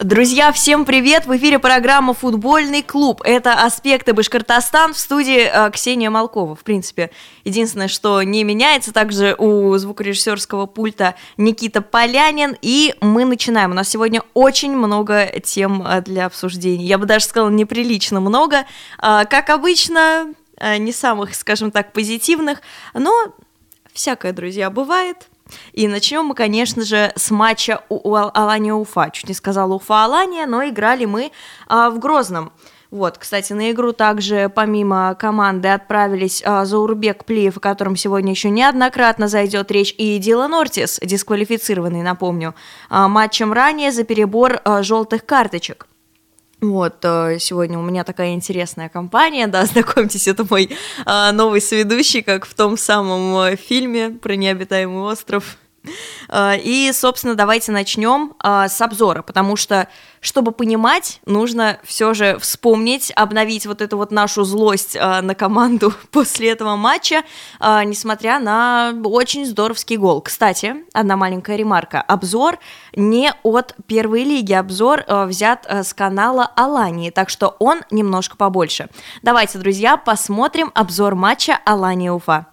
Друзья, всем привет! В эфире программа «Футбольный клуб». Это «Аспекты Башкортостан», в студии Ксения Малкова. В принципе, единственное, что не меняется, также у звукорежиссерского пульта Никита Полянин. И мы начинаем. У нас сегодня очень много тем для обсуждения. Я бы даже сказала, неприлично много. Как обычно, не самых, скажем так, позитивных, но всякое, друзья, бывает. И начнем мы, конечно же, с матча Алания-Уфа. Чуть не сказала Уфа-Алания, но играли мы в Грозном. Вот, кстати, на игру также помимо команды отправились Заурбек Плиев, о котором сегодня еще неоднократно зайдет речь, и Дилан Ортис, дисквалифицированный, напомню, матчем ранее за перебор желтых карточек. Вот, сегодня у меня такая интересная компания, да, знакомьтесь, это мой новый соведущий, как в том самом фильме про необитаемый остров. И, собственно, давайте начнем с обзора, потому что, чтобы понимать, нужно все же вспомнить, обновить вот эту вот нашу злость на команду после этого матча, несмотря на очень здоровский гол. Кстати, одна маленькая ремарка. Обзор не от первой лиги, обзор взят с канала Алании, так что он немножко побольше. Давайте, друзья, посмотрим обзор матча Алания-Уфа.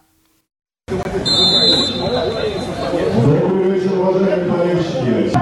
Добрый вечер, уважаемые болельщики.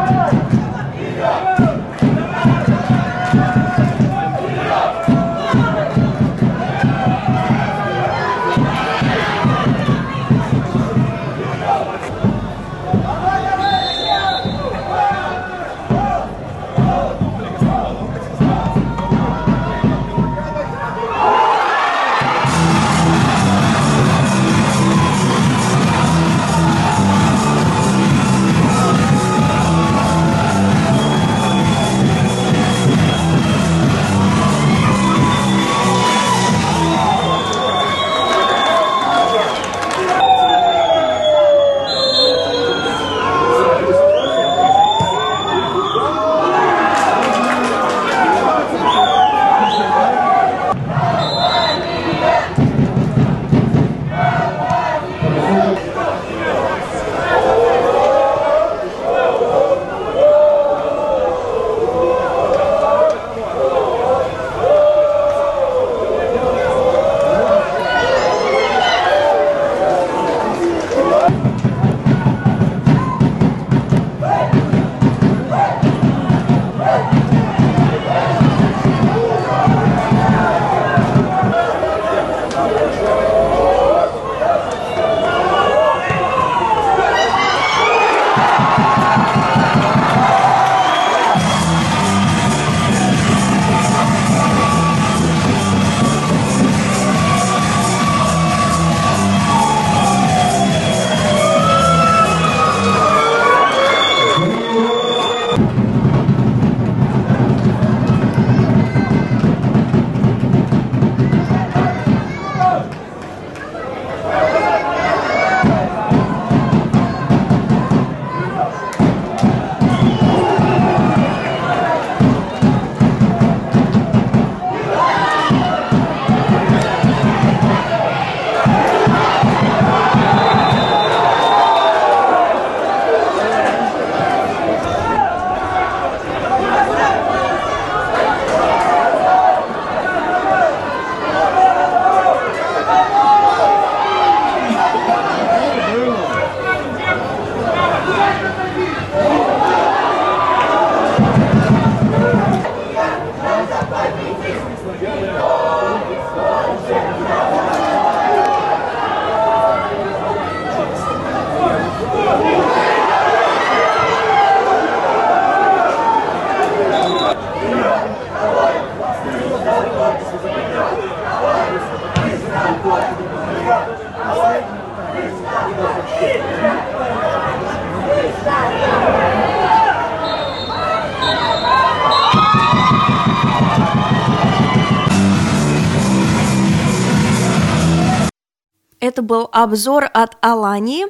Это был обзор от Алании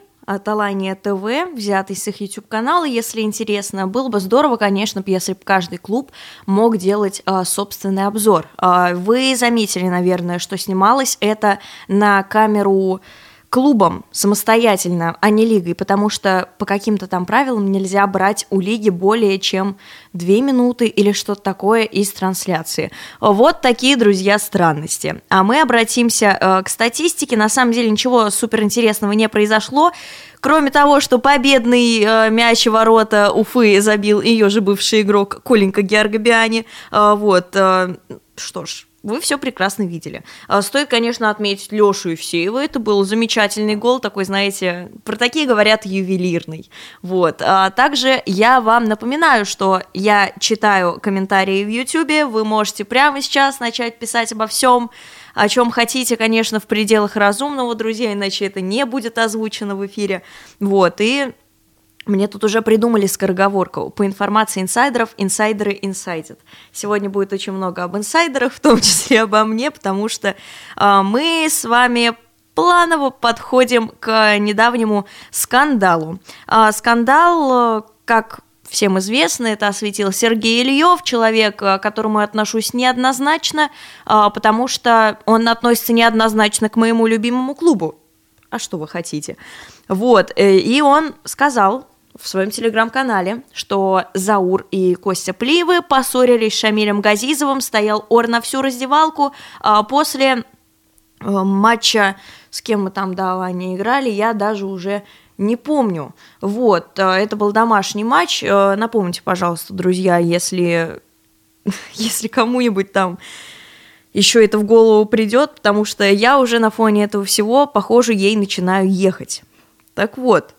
ТВ, взятый с их YouTube-канала. Если интересно, было бы здорово, конечно, если бы каждый клуб мог делать собственный обзор. Вы заметили, наверное, что снималось это на камеру клубом самостоятельно, а не лигой, потому что по каким-то там правилам нельзя брать у лиги более чем 2 минуты или что-то такое из трансляции. Вот такие, друзья, странности. А мы обратимся к статистике. На самом деле ничего суперинтересного не произошло, кроме того, что победный мяч в ворота Уфы забил ее же бывший игрок Коленька Георгобиани. Что ж, вы все прекрасно видели. Стоит, конечно, отметить Лешу Евсеева. Это был замечательный гол, такой, знаете, про такие говорят, ювелирный. Вот. Также я вам напоминаю, что я читаю комментарии в Ютубе. Вы можете прямо сейчас начать писать обо всем, о чем хотите, конечно, в пределах разумного, друзья, иначе это не будет озвучено в эфире. Вот, и мне тут уже придумали скороговорку. По информации инсайдеров, инсайдеры инсайдят. Сегодня будет очень много об инсайдерах, в том числе обо мне, потому что мы с вами планово подходим к недавнему скандалу. Скандал, как всем известно, это осветил Сергей Ильев, человек, к которому я отношусь неоднозначно, потому что он относится неоднозначно к моему любимому клубу. А что вы хотите? Вот, и он сказал в своем телеграм-канале, что Заур и Костя Плиевы поссорились с Шамилем Газизовым, стоял ор на всю раздевалку. После матча, с кем мы там, да, они играли, я даже уже не помню. Вот, это был домашний матч. Напомните, пожалуйста, друзья, если кому-нибудь там еще это в голову придет, потому что я уже на фоне этого всего, похоже, ей начинаю ехать. Так вот,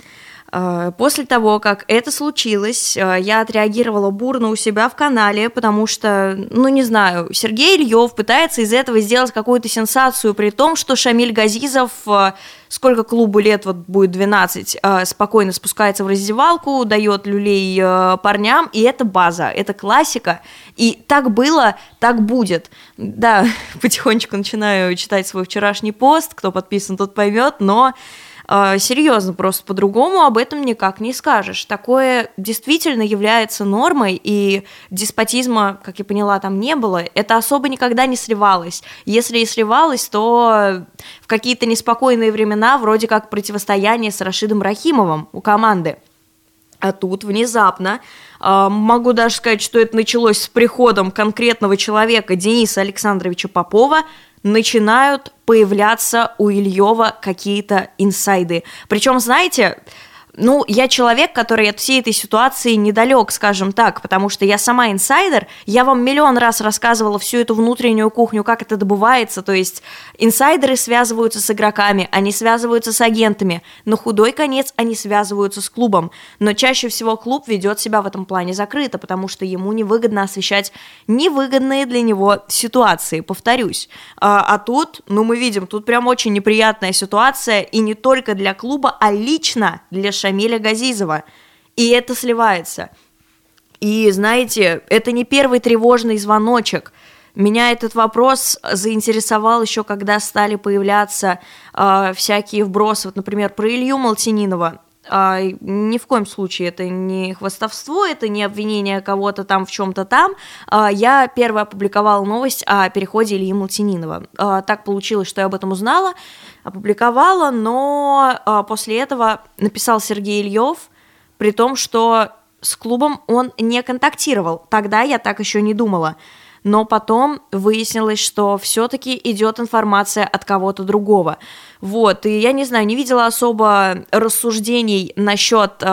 после того, как это случилось, я отреагировала бурно у себя в канале, потому что, не знаю, Сергей Ильев пытается из этого сделать какую-то сенсацию, при том, что Шамиль Газизов, сколько клубу лет, вот будет 12, спокойно спускается в раздевалку, дает люлей парням, и это база, это классика, и так было, так будет. Да, потихонечку начинаю читать свой вчерашний пост, кто подписан, тот поймет, но серьезно, просто по-другому об этом никак не скажешь. Такое действительно является нормой, и деспотизма, как я поняла, там не было. Это особо никогда не сливалось. Если и сливалось, то в какие-то неспокойные времена, вроде как противостояние с Рашидом Рахимовым у команды. А тут внезапно, могу даже сказать, что это началось с приходом конкретного человека, Дениса Александровича Попова, начинают появляться у Ильева какие-то инсайды. Причем, знаете, я человек, который от всей этой ситуации недалек, скажем так, потому что я сама инсайдер, я вам миллион раз рассказывала всю эту внутреннюю кухню, как это добывается, то есть инсайдеры связываются с игроками, они связываются с агентами, на худой конец они связываются с клубом, но чаще всего клуб ведет себя в этом плане закрыто, потому что ему невыгодно освещать невыгодные для него ситуации, повторюсь. А тут, мы видим, тут прям очень неприятная ситуация, и не только для клуба, а лично для Шамиля Газизова, и это сливается. И, знаете, это не первый тревожный звоночек. Меня этот вопрос заинтересовал еще, когда стали появляться всякие вбросы, вот, например, про Илью Малтининова. Ни в коем случае это не хвастовство, это не обвинение кого-то там в чем-то там. Я первая опубликовала новость о переходе Ильи Малтининова. Так получилось, что я об этом узнала, опубликовала, но после этого написал Сергей Ильев, при том, что с клубом он не контактировал. Тогда я так еще не думала. Но потом выяснилось, что все-таки идет информация от кого-то другого. Вот, и я не знаю, не видела особо рассуждений насчет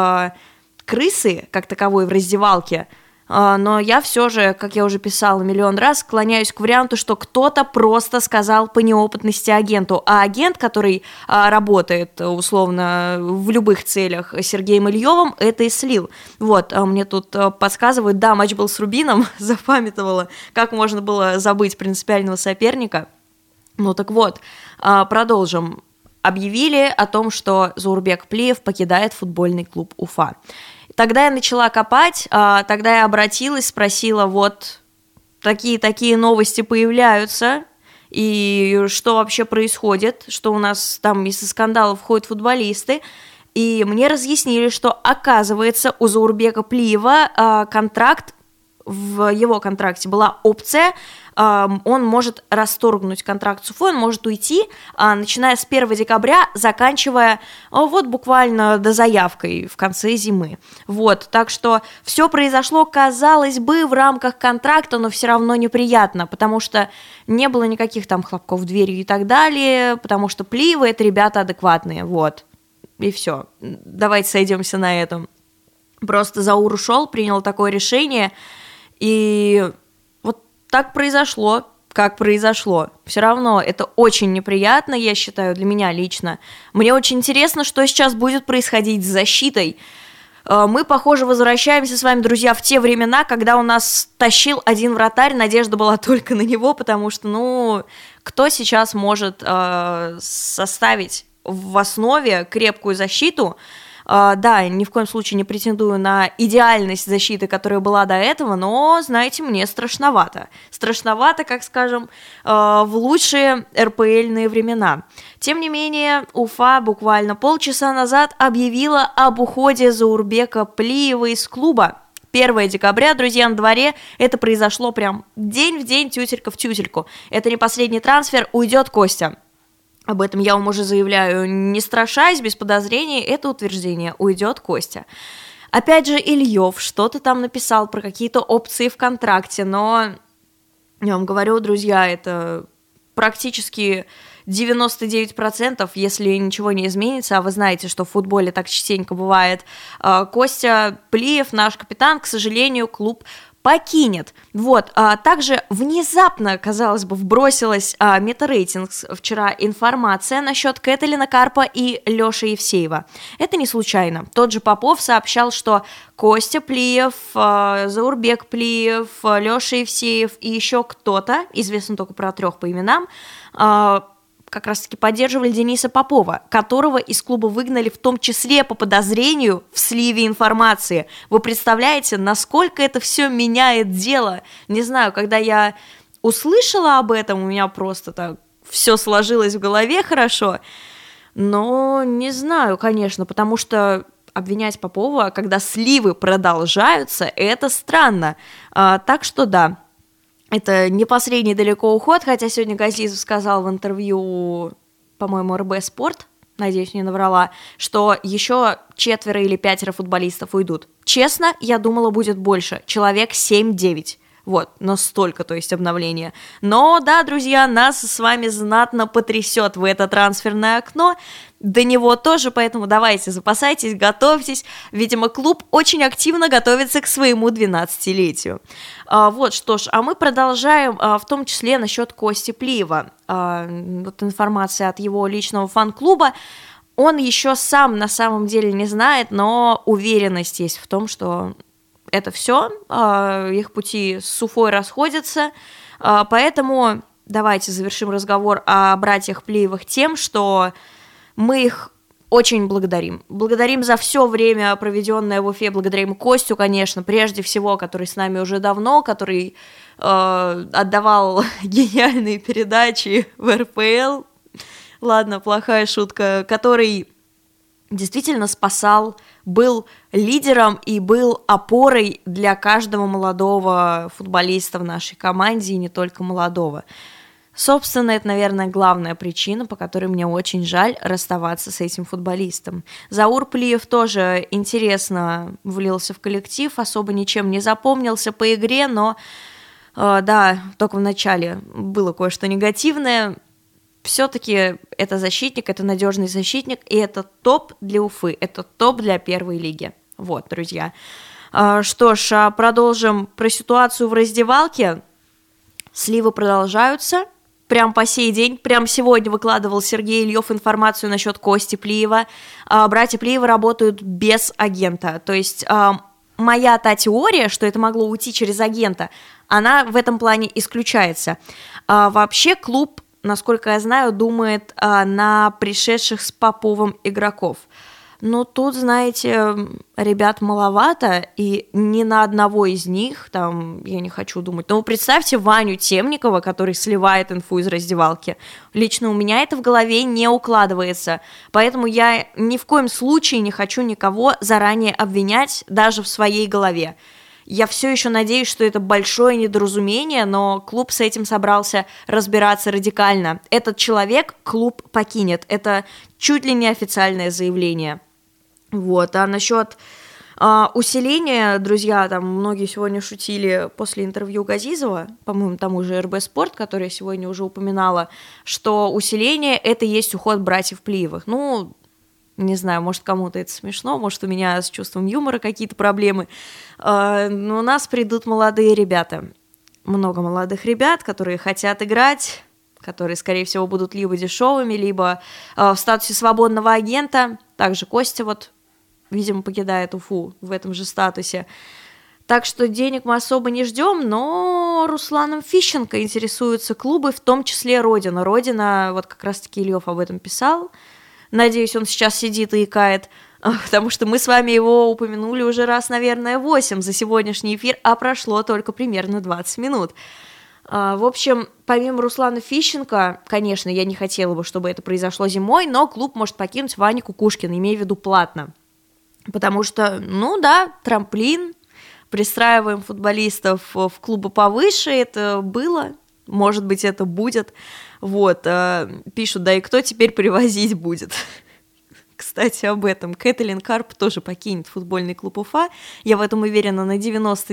крысы, как таковой, в раздевалке, но я все же, как я уже писала миллион раз, склоняюсь к варианту, что кто-то просто сказал по неопытности агенту, а агент, который работает, условно, в любых целях с Сергеем Ильевым, это и слил. Вот, мне тут подсказывают, да, матч был с Рубином, запамятовала, как можно было забыть принципиального соперника. Так вот, продолжим. Объявили о том, что Заурбек Плиев покидает футбольный клуб Уфа. Тогда я начала копать, тогда я обратилась, спросила, вот такие новости появляются, и что вообще происходит, что у нас там из-за скандалов ходят футболисты, и мне разъяснили, что, оказывается, у Заурбека Плиева контракт в его контракте была опция, он может расторгнуть контракт с Уфой, он может уйти, начиная с 1 декабря, заканчивая вот буквально до заявкой в конце зимы. Вот, так что все произошло, казалось бы, в рамках контракта, но все равно неприятно, потому что не было никаких там хлопков дверью и так далее, потому что Плиевы — это ребята адекватные, вот, и все. Давайте сойдемся на этом. Просто Заур ушел, принял такое решение, и вот так произошло, как произошло. Все равно это очень неприятно, я считаю, для меня лично. Мне очень интересно, что сейчас будет происходить с защитой. Мы, похоже, возвращаемся с вами, друзья, в те времена, когда у нас тащил один вратарь, надежда была только на него, потому что, кто сейчас может составить в основе крепкую защиту? Да, ни в коем случае не претендую на идеальность защиты, которая была до этого, но, знаете, мне страшновато. Страшновато, как скажем, в лучшие РПЛ-ные времена. Тем не менее, Уфа буквально полчаса назад объявила об уходе Заурбека Плиева из клуба. 1 декабря, друзья, на дворе, это произошло прям день в день, тютелька в тютельку. Это не последний трансфер, уйдет Костя. Об этом я вам уже заявляю, не страшась, без подозрений, это утверждение, уйдет Костя. Опять же, Ильев что-то там написал про какие-то опции в контракте, но, я вам говорю, друзья, это практически 99%, если ничего не изменится, а вы знаете, что в футболе так частенько бывает, Костя Плиев, наш капитан, к сожалению, клуб покинет. Вот, также внезапно, казалось бы, вбросилась Метарейтингс вчера информация насчет Кэталина Карпа и Лёши Евсеева. Это не случайно. Тот же Попов сообщал, что Костя Плиев, Заурбек Плиев, Лёша Евсеев и еще кто-то, известно только про 3 по именам, как раз-таки поддерживали Дениса Попова, которого из клуба выгнали в том числе по подозрению в сливе информации. Вы представляете, насколько это все меняет дело? Не знаю, когда я услышала об этом, у меня просто так все сложилось в голове хорошо, но не знаю, конечно, потому что обвинять Попова, когда сливы продолжаются, это странно. Так что да. Это не последний далеко уход, хотя сегодня Газизов сказал в интервью, по-моему, РБ Спорт, надеюсь, не наврала, что еще 4 или 5 футболистов уйдут. Честно, я думала, будет больше, человек 7-9. Вот, настолько, то есть, обновление. Но, да, друзья, нас с вами знатно потрясет в это трансферное окно, до него тоже, поэтому давайте, запасайтесь, готовьтесь. Видимо, клуб очень активно готовится к своему 12-летию. Вот, что ж, а мы продолжаем, в том числе насчет Кости Плиева. Вот информация от его личного фан-клуба. Он еще сам на самом деле не знает, но уверенность есть в том, что это все, их пути с Уфой расходятся, поэтому давайте завершим разговор о братьях Плиевых тем, что мы их очень благодарим. Благодарим за все время, проведенное в Уфе, благодарим Костю, конечно, прежде всего, который с нами уже давно, который отдавал гениальные передачи в РПЛ, ладно, плохая шутка, который действительно спасал, был лидером и был опорой для каждого молодого футболиста в нашей команде, и не только молодого. Собственно, это, наверное, главная причина, по которой мне очень жаль расставаться с этим футболистом. Заур Плиев тоже интересно влился в коллектив, особо ничем не запомнился по игре, но, да, только в начале было кое-что негативное. Все-таки это защитник, это надежный защитник, и это топ для Уфы, это топ для первой лиги. Вот, друзья. Что ж, продолжим про ситуацию в раздевалке. Сливы продолжаются. Прям по сей день, прям сегодня выкладывал Сергей Ильев информацию насчет Кости Плиева. Братья Плиевы работают без агента. То есть моя та теория, что это могло уйти через агента, она в этом плане исключается. Вообще клуб, насколько я знаю, думает на пришедших с Поповым игроков. Но тут, знаете, ребят маловато, и ни на одного из них, там, я не хочу думать, но представьте Ваню Темникова, который сливает инфу из раздевалки. Лично у меня это в голове не укладывается, поэтому я ни в коем случае не хочу никого заранее обвинять, даже в своей голове. Я все еще надеюсь, что это большое недоразумение, но клуб с этим собрался разбираться радикально. Этот человек клуб покинет. Это чуть ли не официальное заявление. Вот. А насчет усиления, друзья, там многие сегодня шутили после интервью Газизова, по-моему, тому же РБ Спорт, который я сегодня уже упоминала, что усиление – это и есть уход братьев Плиевых. Ну, не знаю, может, кому-то это смешно, может, у меня с чувством юмора какие-то проблемы, но у нас придут молодые ребята. Много молодых ребят, которые хотят играть, которые, скорее всего, будут либо дешевыми, либо в статусе свободного агента. Также Костя вот, видимо, покидает Уфу в этом же статусе. Так что денег мы особо не ждем, но Русланом Фищенко интересуются клубы, в том числе Родина. Родина, вот как раз-таки Ильев об этом писал. Надеюсь, он сейчас сидит и икает, потому что мы с вами его упомянули уже раз, наверное, 8 за сегодняшний эфир, а прошло только примерно 20 минут. В общем, помимо Руслана Фищенко, конечно, я не хотела бы, чтобы это произошло зимой, но клуб может покинуть Ваня Кукушкин, имея в виду платно. Потому что, ну да, трамплин, пристраиваем футболистов в клубы повыше, это было, может быть, это будет. Вот, пишут, да и кто теперь привозить будет? Кстати, об этом. Кэтлин Карп тоже покинет футбольный клуб Уфа. Я в этом уверена на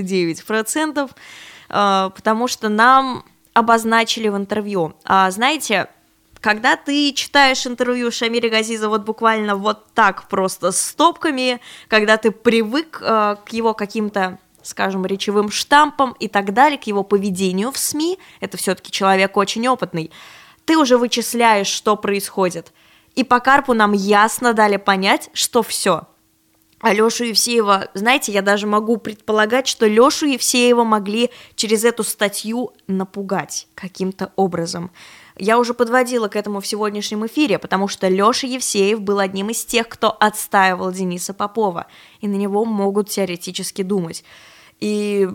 99%, потому что нам обозначили в интервью. Знаете, когда ты читаешь интервью Шамиля Газиза вот буквально вот так просто с стопками, когда ты привык к его каким-то, скажем, речевым штампам и так далее, к его поведению в СМИ, это все-таки человек очень опытный, ты уже вычисляешь, что происходит. И по Карпу нам ясно дали понять, что все. А Лешу Евсеева, знаете, я даже могу предполагать, что Лешу Евсеева могли через эту статью напугать каким-то образом. Я уже подводила к этому в сегодняшнем эфире, потому что Леша Евсеев был одним из тех, кто отстаивал Дениса Попова, и на него могут теоретически думать. И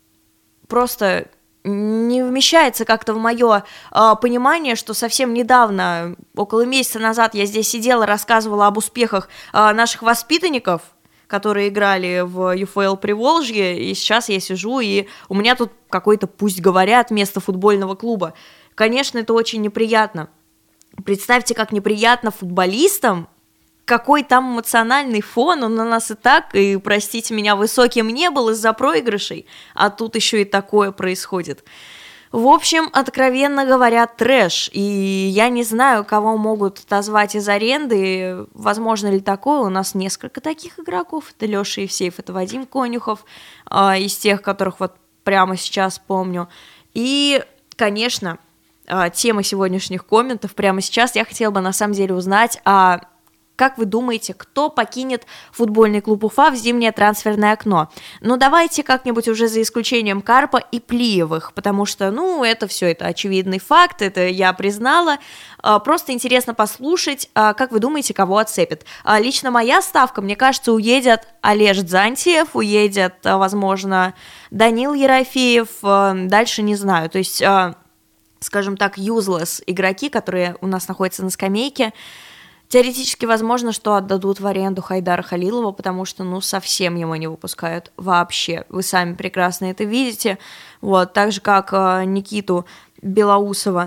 просто не вмещается как-то в мое понимание, что совсем недавно, около месяца назад, я здесь сидела, рассказывала об успехах наших воспитанников, которые играли в ЮФЛ Приволжье, и сейчас я сижу, и у меня тут какой-то, пусть говорят, место футбольного клуба. Конечно, это очень неприятно. Представьте, как неприятно футболистам, какой там эмоциональный фон, он на нас и так, и, простите меня, высоким не был из-за проигрышей, а тут еще и такое происходит. В общем, откровенно говоря, трэш, и я не знаю, кого могут отозвать из аренды, возможно ли такое, у нас несколько таких игроков, это Леша Евсеев, это Вадим Конюхов, из тех, которых вот прямо сейчас помню, и, конечно, тема сегодняшних комментов, прямо сейчас я хотела бы на самом деле узнать, как вы думаете, кто покинет футбольный клуб Уфа в зимнее трансферное окно? Ну, давайте как-нибудь уже за исключением Карпа и Плиевых, потому что, это все, это очевидный факт, это я признала. Просто интересно послушать, как вы думаете, кого отцепят. Лично моя ставка, мне кажется, уедет Олеж Дзантьев, уедет, возможно, Данил Ерофеев, дальше не знаю, то есть, скажем так, useless игроки, которые у нас находятся на скамейке. Теоретически возможно, что отдадут в аренду Хайдара Халилова, потому что, совсем его не выпускают вообще. Вы сами прекрасно это видите. Вот, так же, как Никиту Белоусова.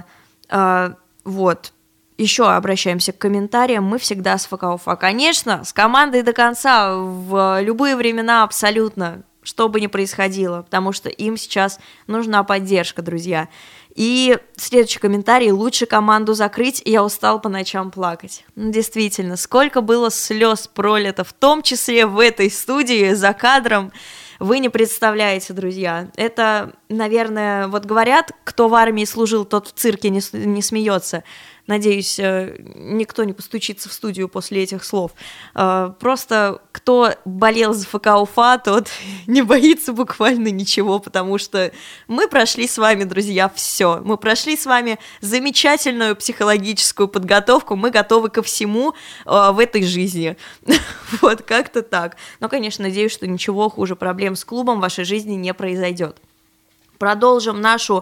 Вот. Еще обращаемся к комментариям. Мы всегда с ФК Уфа. Конечно, с командой до конца, в любые времена абсолютно, что бы ни происходило, потому что им сейчас нужна поддержка, друзья. И следующий комментарий: лучше команду закрыть, я устал по ночам плакать. Действительно, сколько было слез пролито, в том числе в этой студии, за кадром, вы не представляете, друзья. Это, наверное, вот говорят, кто в армии служил, тот в цирке не смеется. Надеюсь, никто не постучится в студию после этих слов. Просто кто болел за ФК Уфа, тот не боится буквально ничего, потому что мы прошли с вами, друзья, все. Мы прошли с вами замечательную психологическую подготовку, мы готовы ко всему в этой жизни. Вот, как-то так. Но, конечно, надеюсь, что ничего хуже проблем с клубом в вашей жизни не произойдет. Продолжим нашу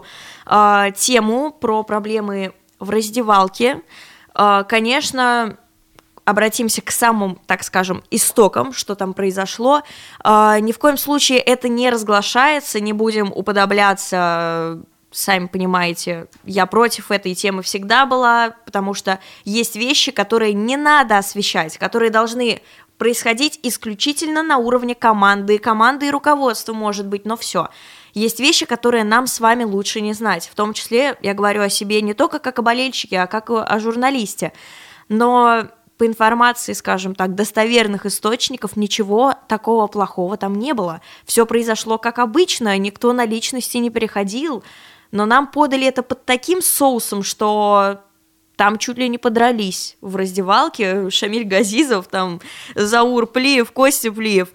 тему про проблемы в раздевалке. Конечно, обратимся к самым, так скажем, истокам, что там произошло. Ни в коем случае это не разглашается, не будем уподобляться, сами понимаете, я против этой темы всегда была, потому что есть вещи, которые не надо освещать, которые должны происходить исключительно на уровне команды и руководства, может быть, но все. Есть вещи, которые нам с вами лучше не знать, в том числе я говорю о себе не только как о болельщике, а как о журналисте, но по информации, скажем так, достоверных источников, ничего такого плохого там не было. Все произошло как обычно, никто на личности не переходил, но нам подали это под таким соусом, что там чуть ли не подрались в раздевалке. Шамиль Газизов, там Заур Плиев, Костя Плиев.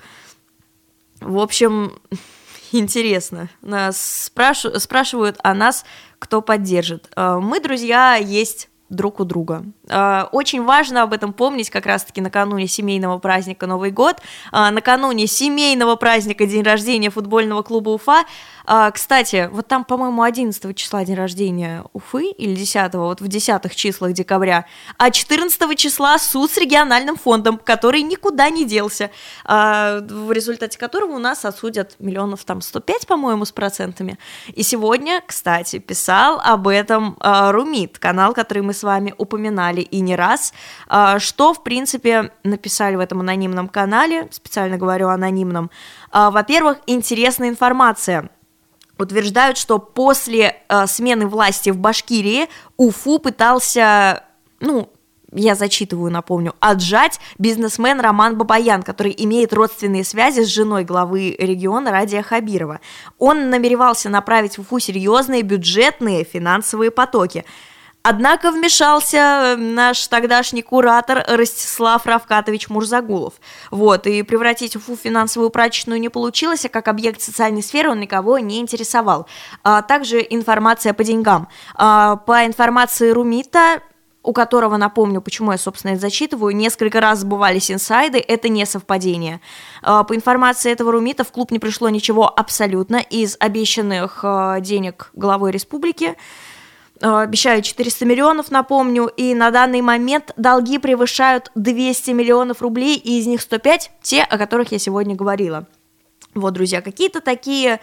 В общем, интересно. Нас спрашивают о нас, кто поддержит. Мы, друзья, есть друг у друга. Очень важно об этом помнить как раз-таки накануне семейного праздника Новый год, накануне семейного праздника день рождения футбольного клуба Уфа. Кстати, вот там, по-моему, 11 числа день рождения Уфы или 10, вот в 10 числах декабря, а 14 числа суд с региональным фондом, который никуда не делся, в результате которого у нас отсудят миллионов там 105, по-моему, с процентами. И сегодня, кстати, писал об этом Румит, канал, который мы с вами упоминали и не раз, что, в принципе, написали в этом анонимном канале, специально говорю анонимном. Во-первых, интересная информация. Утверждают, что после смены власти в Башкирии Уфу пытался, я зачитываю, напомню, отжать бизнесмен Роман Бабаян, который имеет родственные связи с женой главы региона Радия Хабирова. Он намеревался направить в Уфу серьезные бюджетные финансовые потоки. Однако вмешался наш тогдашний куратор Ростислав Равкатович Мурзагулов. И превратить Уфу в финансовую прачечную не получилось, а как объект социальной сферы он никого не интересовал. Также информация по деньгам. По информации Румита, у которого, напомню, почему я, собственно, это зачитываю, несколько раз сбывались инсайды, это не совпадение. По информации этого Румита в клуб не пришло ничего абсолютно из обещанных денег главой республики. Обещают 400 миллионов, напомню, и на данный момент долги превышают 200 миллионов рублей, и из них 105 те, о которых я сегодня говорила. Друзья, какие-то такие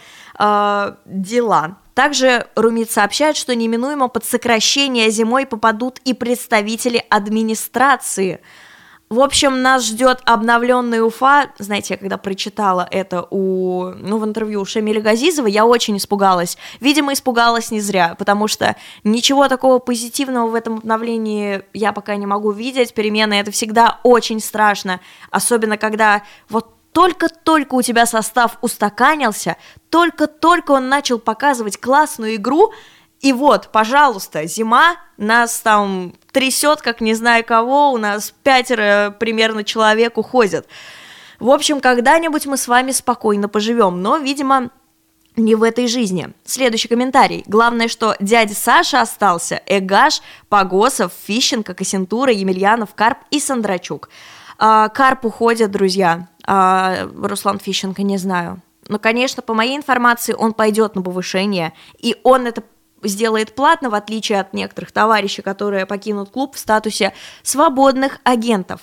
дела. Также Румит сообщает, что неминуемо под сокращение зимой попадут и представители администрации. В общем, нас ждет обновленная Уфа. Знаете, я когда прочитала это в интервью у Шамиля Газизова, я очень испугалась. Видимо, испугалась не зря, потому что ничего такого позитивного в этом обновлении я пока не могу видеть. Перемены — это всегда очень страшно, особенно когда только-только у тебя состав устаканился, только-только он начал показывать классную игру, и пожалуйста, зима, нас там трясет, как не знаю кого, у нас 5 примерно человек уходят. В общем, когда-нибудь мы с вами спокойно поживем, но, видимо, не в этой жизни. Следующий комментарий. Главное, что дядя Саша остался, Эгаш, Погосов, Фищенко, Косентура, Емельянов, Карп и Сандрачук. Карп уходит, друзья, Руслан Фищенко не знаю. Но, конечно, по моей информации, он пойдет на повышение, и он это сделает платно, в отличие от некоторых товарищей, которые покинут клуб в статусе свободных агентов.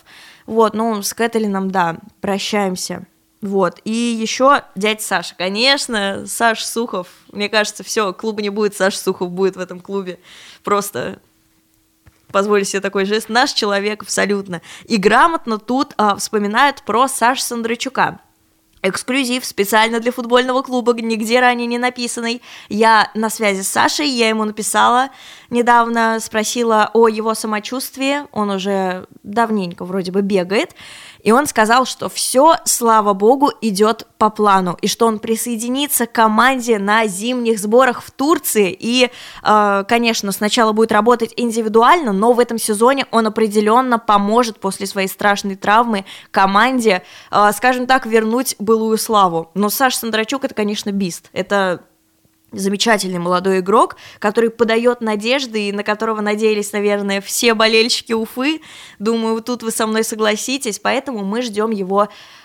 С Кэтлином, да, прощаемся. И еще дядя Саша, конечно, Саш Сухов, мне кажется, все, клуба не будет, Саш Сухов будет в этом клубе, просто позволю себе такой жест, наш человек абсолютно. И грамотно тут вспоминают про Сашу Сандрачука. Эксклюзив специально для футбольного клуба, нигде ранее не написанный. Я на связи с Сашей, я ему написала недавно, спросила о его самочувствии, он уже давненько вроде бы бегает, и он сказал, что все, слава богу, идет по плану, и что он присоединится к команде на зимних сборах в Турции, и, конечно, сначала будет работать индивидуально, но в этом сезоне он определенно поможет после своей страшной травмы команде, скажем так, вернуть былую славу. Но Саша Сандрачук — это, конечно, бист, это замечательный молодой игрок, который подает надежды и на которого надеялись, наверное, все болельщики Уфы. Думаю, тут вы со мной согласитесь, поэтому мы ждем его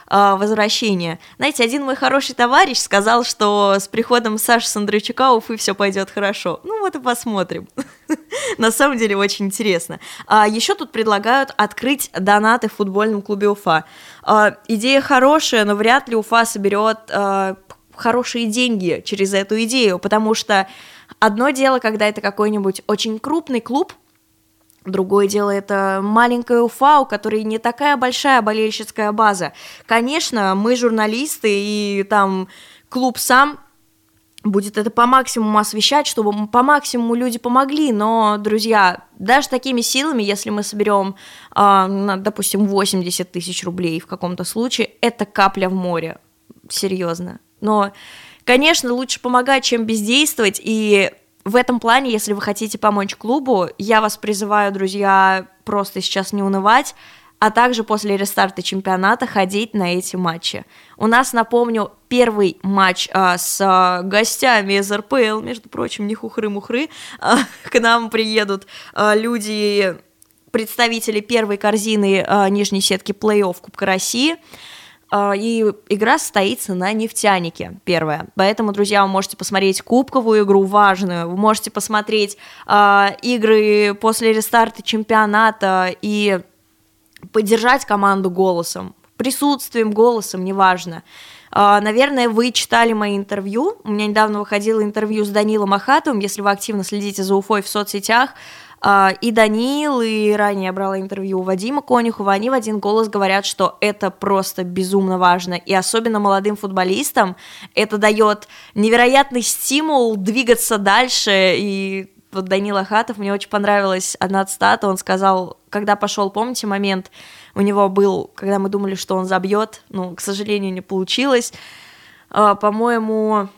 возвращения. Знаете, один мой хороший товарищ сказал, что с приходом Саши Сандрачука у Уфы все пойдет хорошо. Ну вот и посмотрим. На самом деле очень интересно. Еще тут предлагают открыть донаты в футбольном клубе Уфа. Идея хорошая, но вряд ли Уфа соберет хорошие деньги через эту идею, потому что одно дело, когда это какой-нибудь очень крупный клуб, другое дело, это маленькая Уфа, у которой не такая большая болельщицкая база. Конечно, мы журналисты, и там клуб сам будет это по максимуму освещать, чтобы по максимуму люди помогли, но, друзья, даже такими силами, если мы соберем, допустим, 80 тысяч рублей в каком-то случае, это капля в море, серьезно. Но, конечно, лучше помогать, чем бездействовать, и в этом плане, если вы хотите помочь клубу, я вас призываю, друзья, просто сейчас не унывать, а также после рестарта чемпионата ходить на эти матчи. У нас, напомню, первый матч с гостями из РПЛ, между прочим, не хухры-мухры, к нам приедут люди, представители первой корзины нижней сетки плей-офф Кубка России, и игра состоится на «Нефтянике», первая. Поэтому, друзья, вы можете посмотреть кубковую игру, важную, вы можете посмотреть игры после рестарта чемпионата и поддержать команду голосом, присутствием, голосом, неважно. Наверное, вы читали мои интервью. У меня недавно выходило интервью с Данилом Ахатовым, если вы активно следите за Уфой в соцсетях. И Данил, и ранее я брала интервью у Вадима Конюхова, они в один голос говорят, что это просто безумно важно, и особенно молодым футболистам это дает невероятный стимул двигаться дальше, и вот Данил Ахатов, мне очень понравилась одна цитата, он сказал, когда пошел, помните момент, у него был, когда мы думали, что он забьет, но, к сожалению, не получилось, по-моему...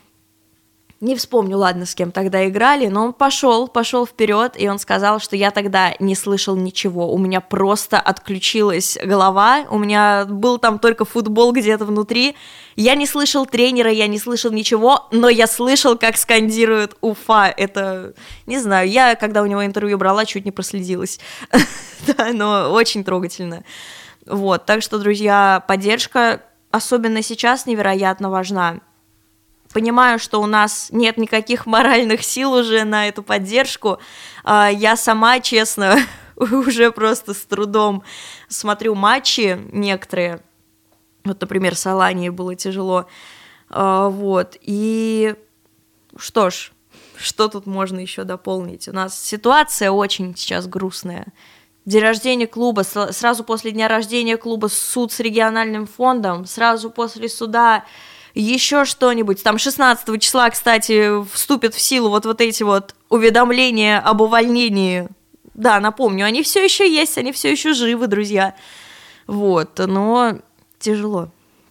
Не вспомню, ладно, с кем тогда играли, но он пошел вперед, и он сказал, что я тогда не слышал ничего, у меня просто отключилась голова, у меня был там только футбол где-то внутри, я не слышал тренера, я не слышал ничего, но я слышал, как скандирует Уфа, это, не знаю, я, когда у него интервью брала, чуть не прослезилась, да, но очень трогательно, вот, так что, друзья, поддержка, особенно сейчас, невероятно важна. Понимаю, что у нас нет никаких моральных сил уже на эту поддержку. Я сама, честно, уже просто с трудом смотрю матчи некоторые. Вот, например, с Аланией было тяжело. Вот. И что ж, что тут можно еще дополнить? У нас ситуация очень сейчас грустная. День рождения клуба, сразу после дня рождения клуба суд с региональным фондом, сразу после суда... еще что-нибудь, там 16 числа, кстати, вступят в силу вот эти вот уведомления об увольнении, да, напомню, они все еще есть, они все еще живы, друзья, вот, но тяжело,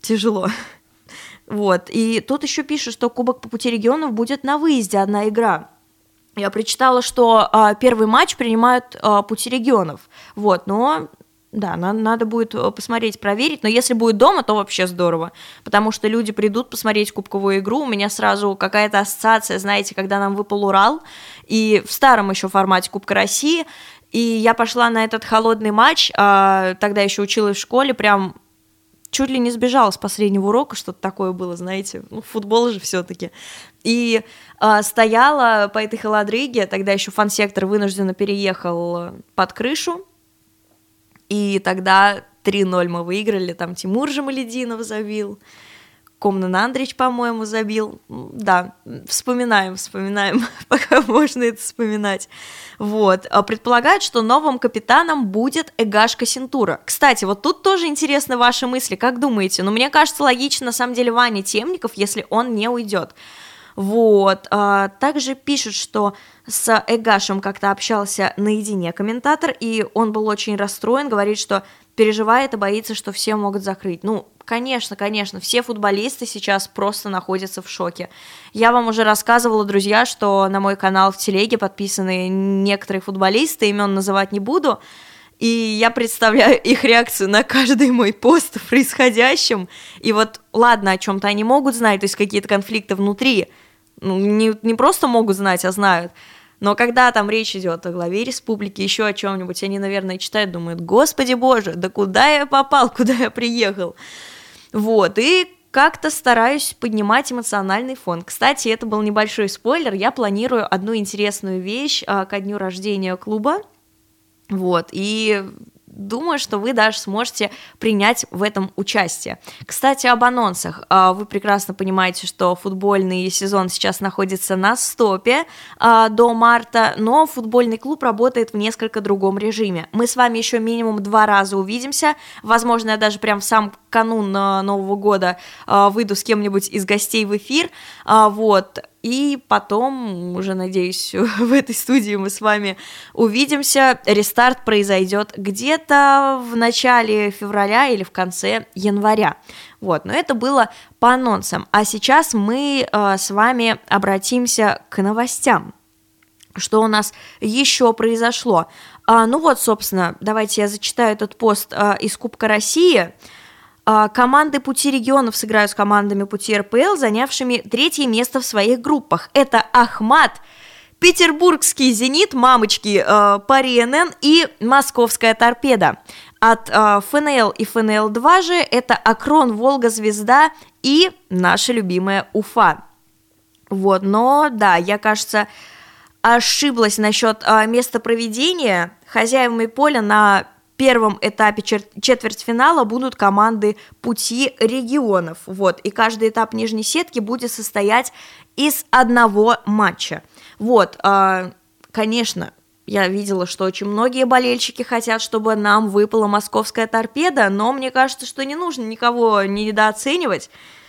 вот, и тут еще пишут, что Кубок по пути регионов будет на выезде, одна игра. Я прочитала, что первый матч принимают пути регионов, вот, но... Да, надо будет посмотреть, проверить, но если будет дома, то вообще здорово, потому что люди придут посмотреть кубковую игру, у меня сразу какая-то ассоциация, знаете, когда нам выпал Урал, и в старом еще формате Кубка России, и я пошла на этот холодный матч, тогда еще училась в школе, прям чуть ли не сбежала с последнего урока, что-то такое было, знаете, ну, футбол же все-таки, и стояла по этой холодрыге, тогда еще фан-сектор вынужденно переехал под крышу, и тогда 3-0 мы выиграли, там Тимур Жамалединов забил, Комнан Андрич, по-моему, забил. Да, вспоминаем, пока можно это вспоминать. Вот. Предполагают, что новым капитаном будет Эгаш Косинтура. Кстати, вот тут тоже интересны ваши мысли, как думаете? Ну, мне кажется, логично, на самом деле, Ваня Темников, если он не уйдет. Вот, также пишут, что с Эгашем как-то общался наедине комментатор, и он был очень расстроен, говорит, что переживает и боится, что все могут закрыть. Ну, конечно, все футболисты сейчас просто находятся в шоке. Я вам уже рассказывала, друзья, что на мой канал в телеге подписаны некоторые футболисты, имен называть не буду, и я представляю их реакцию на каждый мой пост в происходящем, и вот, ладно, о чем-то они могут знать, то есть какие-то конфликты внутри, ну, не просто могут знать, а знают, но когда там речь идет о главе республики, еще о чем-нибудь, они, наверное, читают, думают, господи боже, да куда я попал, куда я приехал, Вот, и как-то стараюсь поднимать эмоциональный фон. Кстати, это был небольшой спойлер, я планирую одну интересную вещь ко дню рождения клуба, вот, и думаю, что вы даже сможете принять в этом участие. Кстати, об анонсах. Вы прекрасно понимаете, что футбольный сезон сейчас находится на стопе до марта, но футбольный клуб работает в несколько другом режиме. Мы с вами еще минимум 2 раза увидимся. Возможно, я даже прям в сам канун Нового года выйду с кем-нибудь из гостей в эфир. Вот. И потом, уже, надеюсь, в этой студии мы с вами увидимся. Рестарт произойдет где-то в начале февраля или в конце января. Вот, но это было по анонсам. А сейчас мы с вами обратимся к новостям. Что у нас еще произошло? Ну вот, собственно, давайте я зачитаю этот пост из Кубка России. Команды Пути регионов сыграют с командами Пути РПЛ, занявшими 3-е место в своих группах. Это Ахмат, Петербургский Зенит, мамочки, Пари НН и Московская Торпеда. От ФНЛ и ФНЛ-2 же это Акрон, Волга, Звезда и наша любимая Уфа. Вот, но да, я, кажется, ошиблась насчет места проведения. Хозяевами поля на первом этапе четвертьфинала будут команды Пути регионов, вот, и каждый этап нижней сетки будет состоять из 1 матча, вот, конечно, я видела, что очень многие болельщики хотят, чтобы нам выпала Московская Торпеда, но мне кажется, что не нужно никого недооценивать,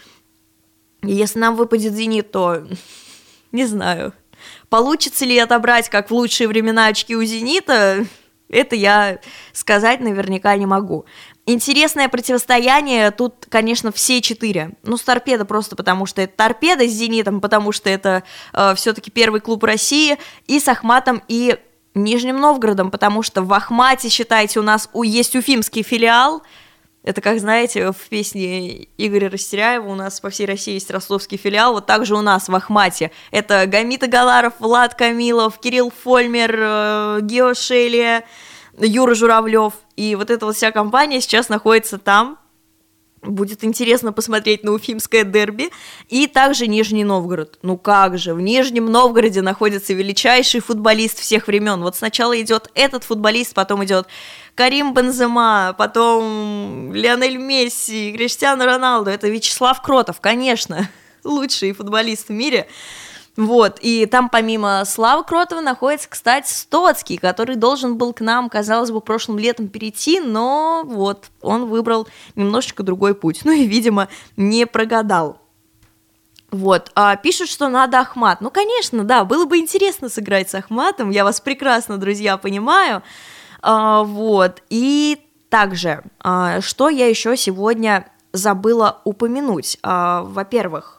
если нам выпадет Зенит, то, не знаю, получится ли отобрать, как в лучшие времена, очки у Зенита. Это я сказать наверняка не могу. Интересное противостояние тут, конечно, все 4. Ну, с Торпедо просто потому, что это Торпедо, с Зенитом, потому что это все-таки первый клуб России, и с Ахматом и Нижним Новгородом, потому что в Ахмате, считайте, у нас есть уфимский филиал. Это, как знаете, в песне Игоря Растеряева у нас по всей России есть ростовский филиал, вот так же у нас в Ахмате. Это Гамит Агаларов, Влад Камилов, Кирилл Фольмер, Гео Шелия, Юра Журавлев. И вот эта вот вся компания сейчас находится там. Будет интересно посмотреть на уфимское дерби. И также Нижний Новгород. Ну как же, в Нижнем Новгороде находится величайший футболист всех времен. Вот сначала идет этот футболист, потом идет Карим Бензема, потом Лионель Месси, Криштиану Роналду. Это Вячеслав Кротов, конечно, лучший футболист в мире. Вот, и там помимо Славы Кротова находится, кстати, Стоцкий, который должен был к нам, казалось бы, прошлым летом перейти, но вот, он выбрал немножечко другой путь, ну и, видимо, не прогадал. Вот, пишут, что надо Ахмат. Ну, конечно, да, было бы интересно сыграть с Ахматом, я вас прекрасно, друзья, понимаю. Вот, и также, что я еще сегодня забыла упомянуть. Во-первых,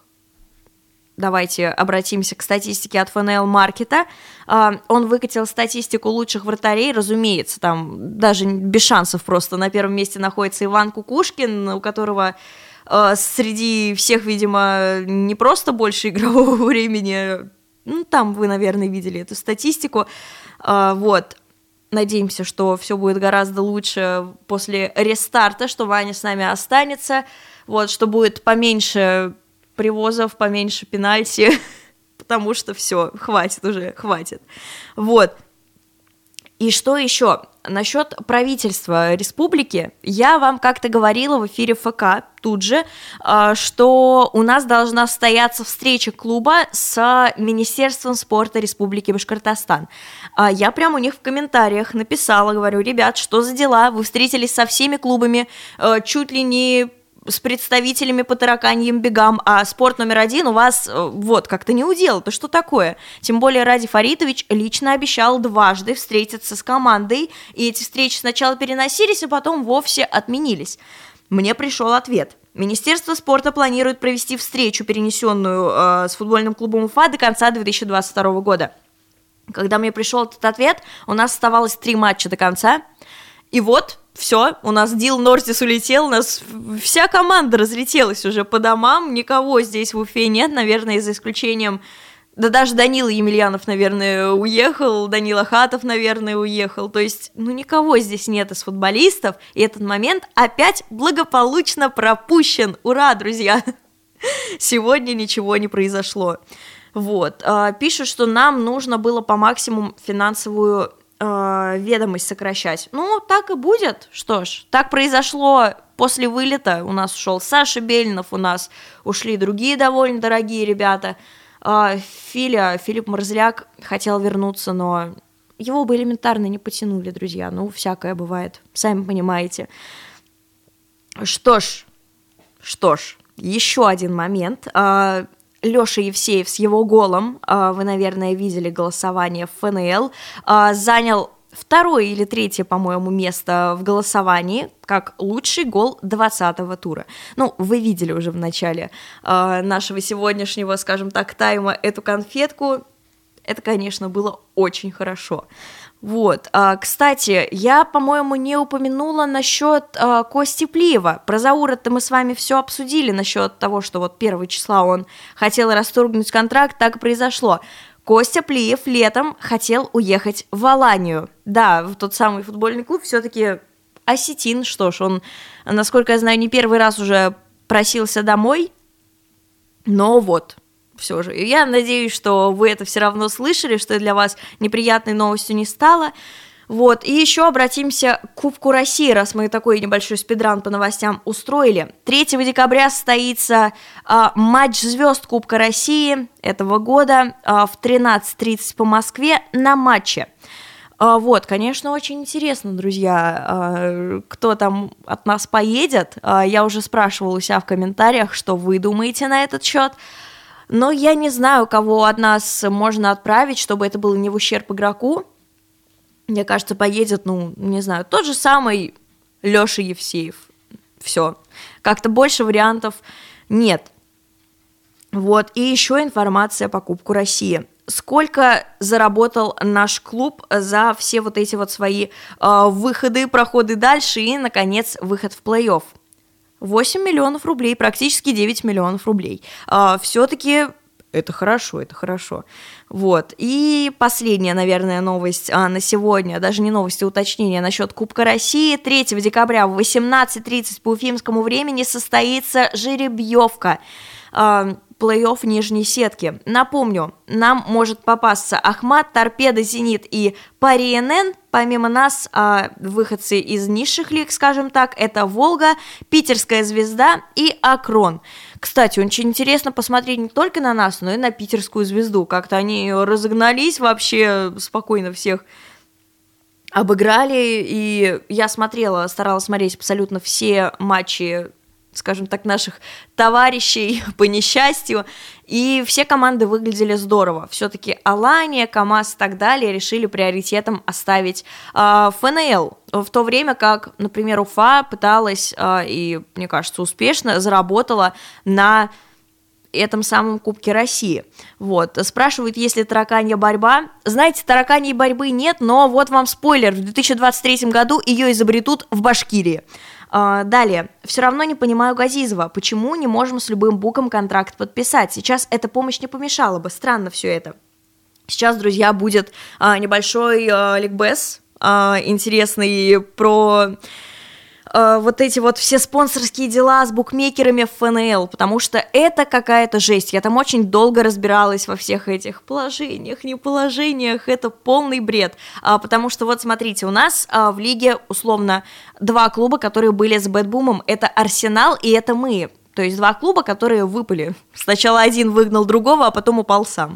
давайте обратимся к статистике от ФНЛ Маркета. Он выкатил статистику лучших вратарей, разумеется, там даже без шансов просто на первом месте находится Иван Кукушкин, у которого среди всех, видимо, не просто больше игрового времени, ну, там вы, наверное, видели эту статистику, вот. Надеемся, что все будет гораздо лучше после рестарта, что Ваня с нами останется, вот, что будет поменьше привозов, поменьше пенальти, потому что все, хватит уже, хватит. Вот. И что еще? Насчет правительства республики, я вам как-то говорила в эфире ФК тут же, что у нас должна состояться встреча клуба с Министерством спорта Республики Башкортостан. Я прямо у них в комментариях написала, говорю, ребят, что за дела? Вы встретились со всеми клубами, чуть ли не с представителями по тараканьим бегам, а спорт номер 1 у вас вот как-то не удел, то что такое? Тем более Ради Фаритович лично обещал дважды встретиться с командой, и эти встречи сначала переносились, а потом вовсе отменились. Мне пришел ответ. Министерство спорта планирует провести встречу, перенесенную с футбольным клубом Уфа до конца 2022 года. Когда мне пришел этот ответ, у нас оставалось 3 матча до конца, и вот, все, у нас Дил Норзис улетел, у нас вся команда разлетелась уже по домам, никого здесь в Уфе нет, наверное, за исключением Да даже Данила Емельянов, наверное, уехал, Данила Хатов, наверное, уехал. То есть, никого здесь нет из футболистов, и этот момент опять благополучно пропущен. Ура, друзья! Сегодня ничего не произошло. Вот. Пишут, что нам нужно было по максимуму финансовую ведомость сокращать. Так и будет. Что ж, так произошло после вылета. У нас ушел Саша Белинов, у нас ушли другие довольно дорогие ребята. Филипп Марзляк хотел вернуться, но его бы элементарно не потянули, друзья. Всякое бывает, сами понимаете. Что ж, еще один момент. Леша Евсеев с его голом, вы, наверное, видели голосование в ФНЛ, занял 2-е или 3-е, по-моему, место в голосовании как лучший гол 20-го тура. Вы видели уже в начале нашего сегодняшнего, скажем так, тайма эту конфетку. Это, конечно, было очень хорошо. Вот. Кстати, я, по-моему, не упомянула насчет Кости Плиева. Про Заура-то мы с вами все обсудили насчет того, что 1 числа он хотел расторгнуть контракт, так и произошло. Костя Плиев летом хотел уехать в Аланию. Да, в тот самый футбольный клуб, все-таки осетин. Что ж, он, насколько я знаю, не первый раз уже просился домой. Но все же. Я надеюсь, что вы это все равно слышали, что для вас неприятной новостью не стало. И еще обратимся к Кубку России, раз мы такой небольшой спидран по новостям устроили. 3 декабря состоится матч звезд Кубка России этого года в 13:30 по Москве на матче. Конечно, очень интересно, друзья, кто там от нас поедет. Я уже спрашивала у себя в комментариях, что вы думаете на этот счет. Но я не знаю, кого от нас можно отправить, чтобы это было не в ущерб игроку. Мне кажется, поедет, не знаю, тот же самый Леша Евсеев. Все. Как-то больше вариантов нет. И еще информация по Кубку России. Сколько заработал наш клуб за все эти свои выходы, проходы дальше и, наконец, выход в плей-офф? 8 миллионов рублей, практически 9 миллионов рублей. Все-таки это хорошо, это хорошо. И последняя, наверное, новость на сегодня, даже не новость, а уточнение насчет Кубка России. 3 декабря в 18:30 по уфимскому времени состоится жеребьевка плей-офф нижней сетки. Напомню, нам может попасться Ахмат, Торпедо, Зенит и Пари НН. Помимо нас, выходцы из низших лиг, скажем так, это Волга, Питерская Звезда и Акрон. Кстати, очень интересно посмотреть не только на нас, но и на Питерскую Звезду. Как-то они разогнались вообще, спокойно всех обыграли. И я старалась смотреть абсолютно все матчи, скажем так, наших товарищей по несчастью, и все команды выглядели здорово. Все-таки Алания, КамАЗ и так далее решили приоритетом оставить ФНЛ, в то время как, например, Уфа пыталась, и, мне кажется, успешно заработала на этом самом Кубке России. Спрашивают, есть ли тараканья борьба. Знаете, тараканьей борьбы нет, но вам спойлер, в 2023 году ее изобретут в Башкирии. Далее. Все равно не понимаю Газизова. Почему не можем с любым буком контракт подписать? Сейчас эта помощь не помешала бы. Странно все это. Сейчас, друзья, будет небольшой ликбез интересный про эти все спонсорские дела с букмекерами в ФНЛ, потому что это какая-то жесть. Я там очень долго разбиралась во всех этих положениях, неположениях, это полный бред. Потому что смотрите, у нас в лиге условно 2 клуба, которые были с бэтбумом, это Арсенал и это мы. То есть 2 клуба, которые выпали. Сначала один выгнал другого, а потом упал сам.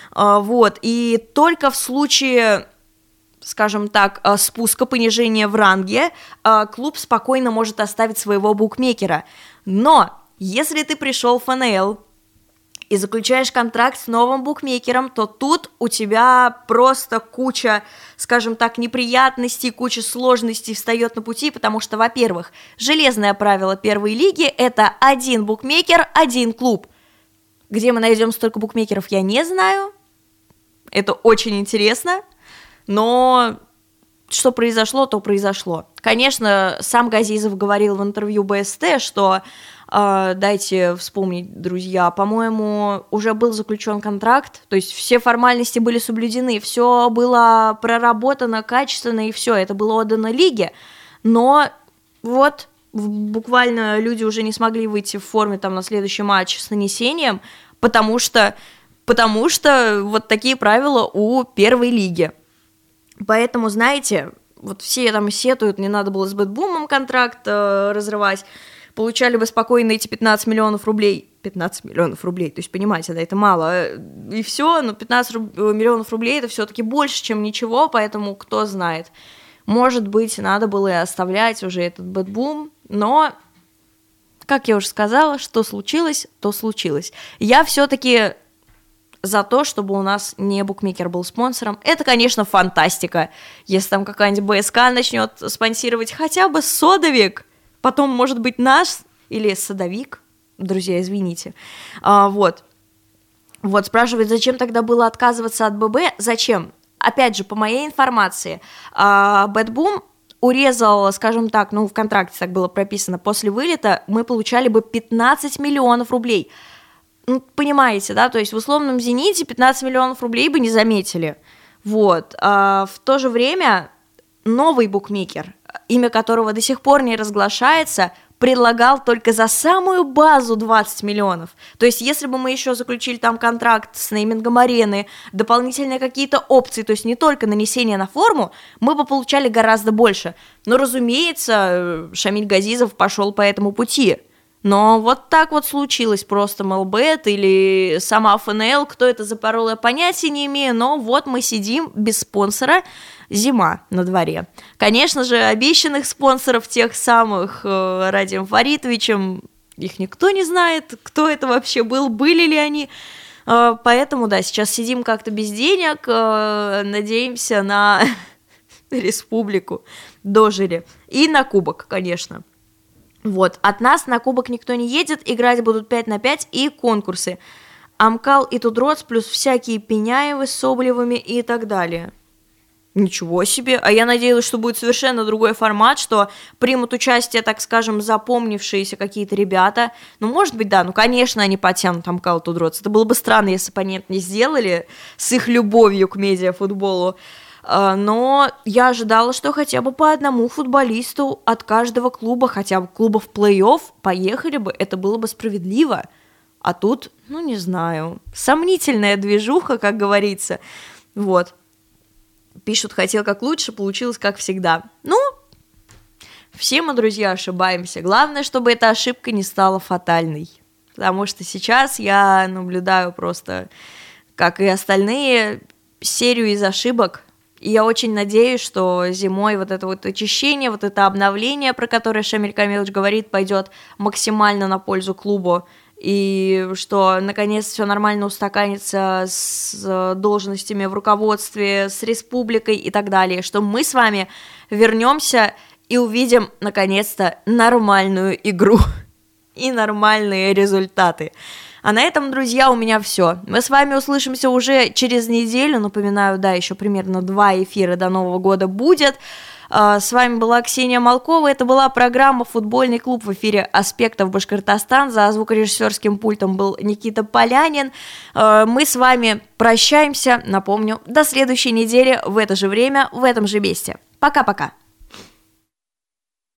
И только в случае, скажем так, спуска, понижения в ранге, клуб спокойно может оставить своего букмекера. Но если ты пришел в ФНЛ и заключаешь контракт с новым букмекером, то тут у тебя просто куча, скажем так, неприятностей, куча сложностей встает на пути, потому что, во-первых, железное правило первой лиги – это 1 букмекер, 1 клуб. Где мы найдем столько букмекеров, я не знаю. Это очень интересно. Но что произошло, то произошло. Конечно, сам Газизов говорил в интервью БСТ, что, дайте вспомнить, друзья, по-моему, уже был заключен контракт, то есть все формальности были соблюдены, все было проработано качественно, и все, это было отдано лиге, но вот буквально люди уже не смогли выйти в форме там на следующий матч с нанесением, потому что вот такие правила у первой лиги. Поэтому, знаете, вот все там сетуют, не надо было с Бэтбумом контракт разрывать, получали бы спокойно эти 15 миллионов рублей. 15 миллионов рублей, то есть, понимаете, да, это мало, и все, но 15 миллионов рублей это все-таки больше, чем ничего, поэтому кто знает. Может быть, надо было и оставлять уже этот Бэтбум, но, как я уже сказала, что случилось, то случилось. Я все-таки за то, чтобы у нас не букмекер был спонсором. Это, конечно, фантастика. Если там какая-нибудь БСК начнет спонсировать хотя бы Содовик, потом, может быть, наш или Садовик, друзья, извините. Вот, спрашивает, зачем тогда было отказываться от ББ? Зачем? Опять же, по моей информации, Бэтбум урезал, скажем так, в контракте так было прописано, после вылета мы получали бы 15 миллионов рублей. Понимаете, да, то есть в условном «Зените» 15 миллионов рублей бы не заметили, вот, в то же время новый букмекер, имя которого до сих пор не разглашается, предлагал только за самую базу 20 миллионов, то есть если бы мы еще заключили там контракт с неймингом арены, дополнительные какие-то опции, то есть не только нанесение на форму, мы бы получали гораздо больше, но, разумеется, Шамиль Газизов пошел по этому пути. Но вот так вот случилось, просто МЛБэт или сама ФНЛ, кто это запорол, я понятия не имею, но вот мы сидим без спонсора, зима на дворе. Конечно же, обещанных спонсоров тех самых Радием Фаритовичем, их никто не знает, кто это вообще был, были ли они, поэтому, да, сейчас сидим как-то без денег, надеемся на республику, дожили, и на кубок, конечно. Вот, от нас на кубок никто не едет, играть будут 5/5 и конкурсы. Амкал и Тудроц плюс всякие Пеняевы с Соболевыми и так далее. Ничего себе, а я надеялась, что будет совершенно другой формат, что примут участие, так скажем, запомнившиеся какие-то ребята. Может быть, да, конечно, они потянут Амкал и Тудроц. Это было бы странно, если бы они это не сделали с их любовью к медиафутболу. Но я ожидала, что хотя бы по одному футболисту от каждого клуба, хотя бы клуба в плей-офф, поехали бы, это было бы справедливо. А тут, не знаю, сомнительная движуха, как говорится. Вот. Пишут, хотел как лучше, получилось как всегда. Все мы, друзья, ошибаемся. Главное, чтобы эта ошибка не стала фатальной. Потому что сейчас я наблюдаю просто, как и остальные, серию из ошибок. И я очень надеюсь, что зимой вот это вот очищение, вот это обновление, про которое Шамиль Камилович говорит, пойдет максимально на пользу клубу, и что, наконец, все нормально устаканится с должностями в руководстве, с республикой и так далее, что мы с вами вернемся и увидим, наконец-то, нормальную игру и нормальные результаты. А на этом, друзья, у меня все. Мы с вами услышимся уже через неделю. Напоминаю, да, еще примерно 2 эфира до Нового года будет. С вами была Ксения Малкова. Это была программа «Футбольный клуб» в эфире «Аспектов Башкортостан». За звукорежиссерским пультом был Никита Полянин. Мы с вами прощаемся. Напомню, до следующей недели в это же время, в этом же месте. Пока-пока.